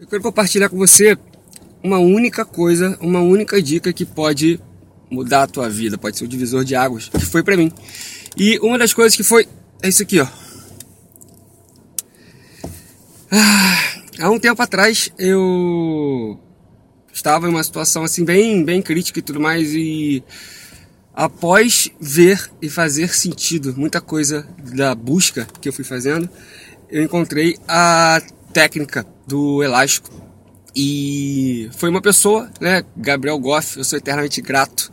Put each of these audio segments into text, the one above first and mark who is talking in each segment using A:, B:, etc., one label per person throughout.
A: Eu quero compartilhar com você uma única coisa, uma única dica que pode mudar a tua vida, pode ser o divisor de águas, que foi pra mim. E uma das coisas que foi, é isso aqui, ó. Há um tempo atrás eu estava em uma situação assim bem crítica e tudo mais, e após ver e fazer sentido muita coisa da busca que eu fui fazendo, eu encontrei a técnica do elástico. E foi uma pessoa, né, Gabriel Goff, eu sou eternamente grato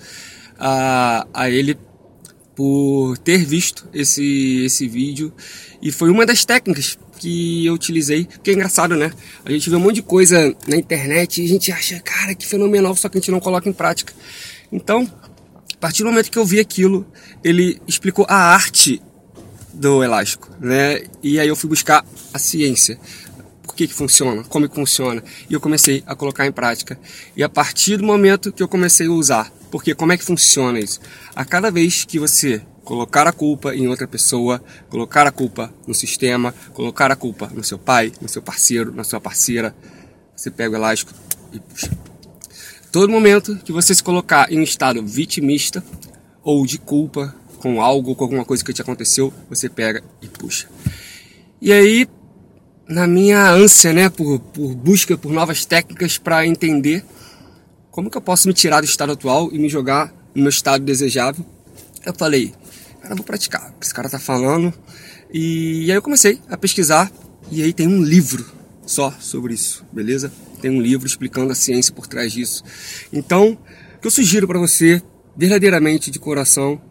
A: a ele por ter visto esse vídeo, e foi uma das técnicas que eu utilizei, que é engraçado, né? A gente vê um monte de coisa na internet e a gente acha, cara, que fenomenal, só que a gente não coloca em prática. Então, a partir do momento que eu vi aquilo, ele explicou a arte do elástico, né? E aí eu fui buscar a ciência. Por que funciona? Como que funciona? E eu comecei a colocar em prática. E a partir do momento que eu comecei a usar, porque como é que funciona isso? A cada vez que você colocar a culpa em outra pessoa, colocar a culpa no sistema, colocar a culpa no seu pai, no seu parceiro, na sua parceira, você pega o elástico e puxa. Todo momento que você se colocar em um estado vitimista ou de culpa com algo, com alguma coisa que te aconteceu, você pega e puxa. E aí, na minha ânsia, né, por busca por novas técnicas para entender como que eu posso me tirar do estado atual e me jogar no meu estado desejável, eu falei, cara, eu vou praticar o que esse cara tá falando. E aí eu comecei a pesquisar, e aí tem um livro só sobre isso, beleza? Tem um livro explicando a ciência por trás disso. Então, o que eu sugiro para você, verdadeiramente, de coração,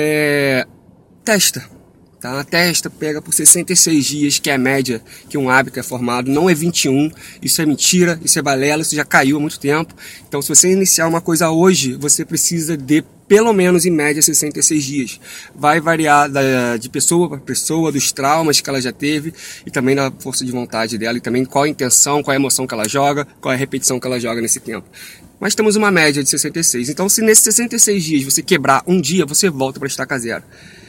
A: testa. Tá? Testa, pega por 66 dias, que é a média que um hábito é formado, não é 21, isso é mentira, isso é balela, isso já caiu há muito tempo. Então, se você iniciar uma coisa hoje, você precisa de pelo menos em média 66 dias. Vai variar de pessoa para pessoa, dos traumas que ela já teve e também da força de vontade dela, e também qual a intenção, qual a emoção que ela joga, qual a repetição que ela joga nesse tempo. Mas temos uma média de 66, então se nesses 66 dias você quebrar um dia, você volta para estaca zero.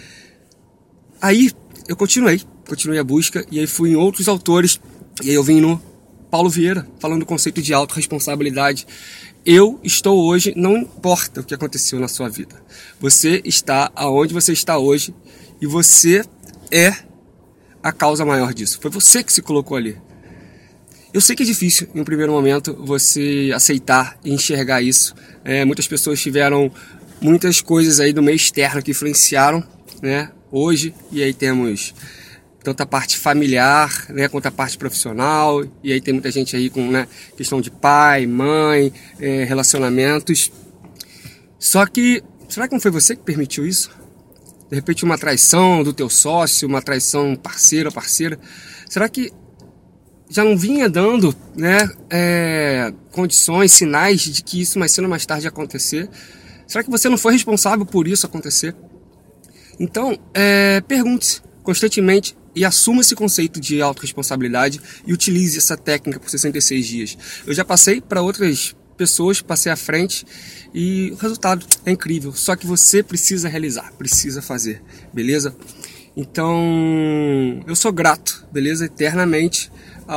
A: Aí eu continuei a busca, e aí fui em outros autores, e aí eu vim no Paulo Vieira, falando do conceito de autorresponsabilidade. Eu estou hoje, não importa o que aconteceu na sua vida. Você está aonde você está hoje, e você é a causa maior disso. Foi você que se colocou ali. Eu sei que é difícil, em um primeiro momento, você aceitar e enxergar isso. Muitas pessoas tiveram muitas coisas aí do meio externo que influenciaram, né, hoje, e aí temos tanto a parte familiar, né, quanto a parte profissional, e aí tem muita gente aí com, né, questão de pai, mãe, relacionamentos. Só que, será que não foi você que permitiu isso? De repente uma traição do teu sócio, uma traição parceiro ou parceira, será que já não vinha dando, né, condições, sinais de que isso mais cedo ou mais tarde ia acontecer? Será que você não foi responsável por isso acontecer? Então, pergunte-se constantemente e assuma esse conceito de autorresponsabilidade e utilize essa técnica por 66 dias. Eu já passei para outras pessoas, passei à frente, e o resultado é incrível. Só que você precisa realizar, precisa fazer, beleza? Então, eu sou grato, beleza? Eternamente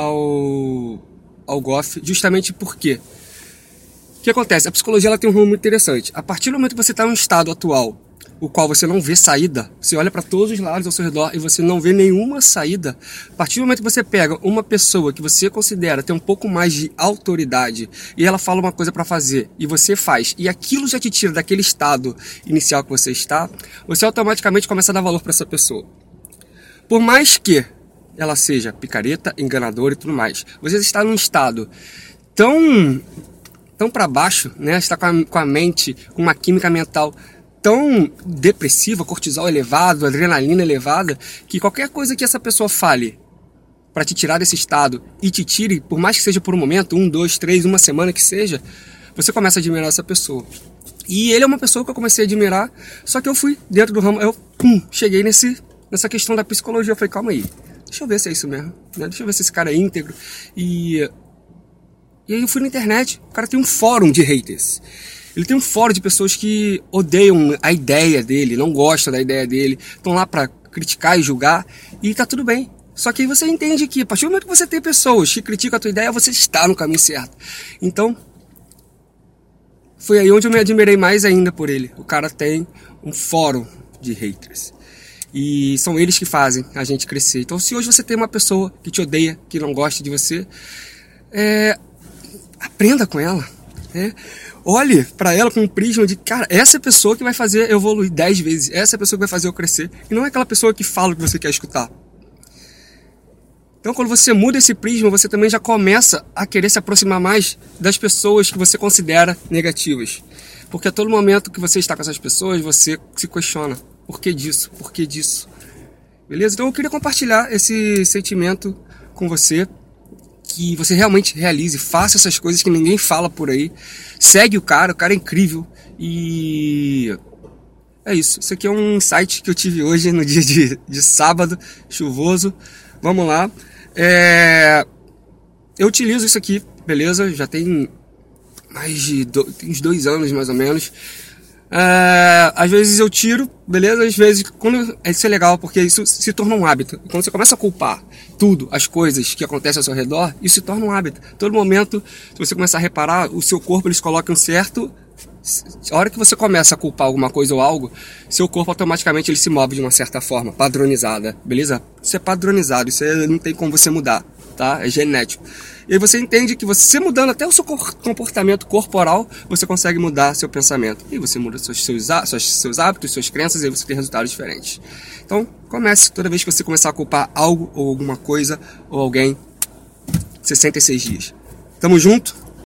A: ao Goff, justamente porque o que acontece? A psicologia ela tem um rumo muito interessante. A partir do momento que você está em um estado atual, o qual você não vê saída, você olha para todos os lados ao seu redor e você não vê nenhuma saída. A partir do momento que você pega uma pessoa que você considera ter um pouco mais de autoridade e ela fala uma coisa para fazer e você faz, e aquilo já te tira daquele estado inicial que você está, você automaticamente começa a dar valor para essa pessoa. Por mais que ela seja picareta, enganadora e tudo mais, você está num estado tão para baixo, né? Está com a mente, com uma química mental tão depressiva, cortisol elevado, adrenalina elevada, que qualquer coisa que essa pessoa fale para te tirar desse estado e te tire, por mais que seja por um momento, 1, 2, 3, uma semana que seja, você começa a admirar essa pessoa. E ele é uma pessoa que eu comecei a admirar, só que eu fui dentro do ramo, eu cheguei nessa questão da psicologia. Eu falei, calma aí, deixa eu ver se é isso mesmo, né? Deixa eu ver se esse cara é íntegro. E aí eu fui na internet, o cara tem um fórum de haters. Ele tem um fórum de pessoas que odeiam a ideia dele, não gostam da ideia dele, estão lá para criticar e julgar, e tá tudo bem. Só que aí você entende que a partir do momento que você tem pessoas que criticam a tua ideia, você está no caminho certo. Então, foi aí onde eu me admirei mais ainda por ele. O cara tem um fórum de haters. E são eles que fazem a gente crescer. Então, se hoje você tem uma pessoa que te odeia, que não gosta de você, aprenda com ela. Olhe para ela com um prisma de, cara, essa é a pessoa que vai fazer eu evoluir 10 vezes. Essa é a pessoa que vai fazer eu crescer. E não é aquela pessoa que fala o que você quer escutar. Então, quando você muda esse prisma, você também já começa a querer se aproximar mais das pessoas que você considera negativas. Porque a todo momento que você está com essas pessoas, você se questiona. Por que disso? Por que disso? Beleza? Então, eu queria compartilhar esse sentimento com você. Que você realmente realize, faça essas coisas que ninguém fala por aí. Segue o cara é incrível. E é isso. Isso aqui é um insight que eu tive hoje no dia de sábado, chuvoso. Vamos lá. Eu utilizo isso aqui, beleza? Já tem mais de uns 2 anos, mais ou menos. Às vezes eu tiro, beleza? Às vezes, isso é legal, porque isso se torna um hábito. Quando você começa a culpar tudo, as coisas que acontecem ao seu redor, isso se torna um hábito. Todo momento, se você começar a reparar, o seu corpo, eles colocam certo. A hora que você começa a culpar alguma coisa ou algo, seu corpo automaticamente ele se move de uma certa forma, padronizada, beleza? Isso é padronizado, isso não tem como você mudar, tá? É genético. E aí você entende que você mudando até o seu comportamento corporal, você consegue mudar seu pensamento. E você muda seus hábitos, suas crenças, e aí você tem resultados diferentes. Então, comece. Toda vez que você começar a culpar algo ou alguma coisa ou alguém, 66 dias. Tamo junto?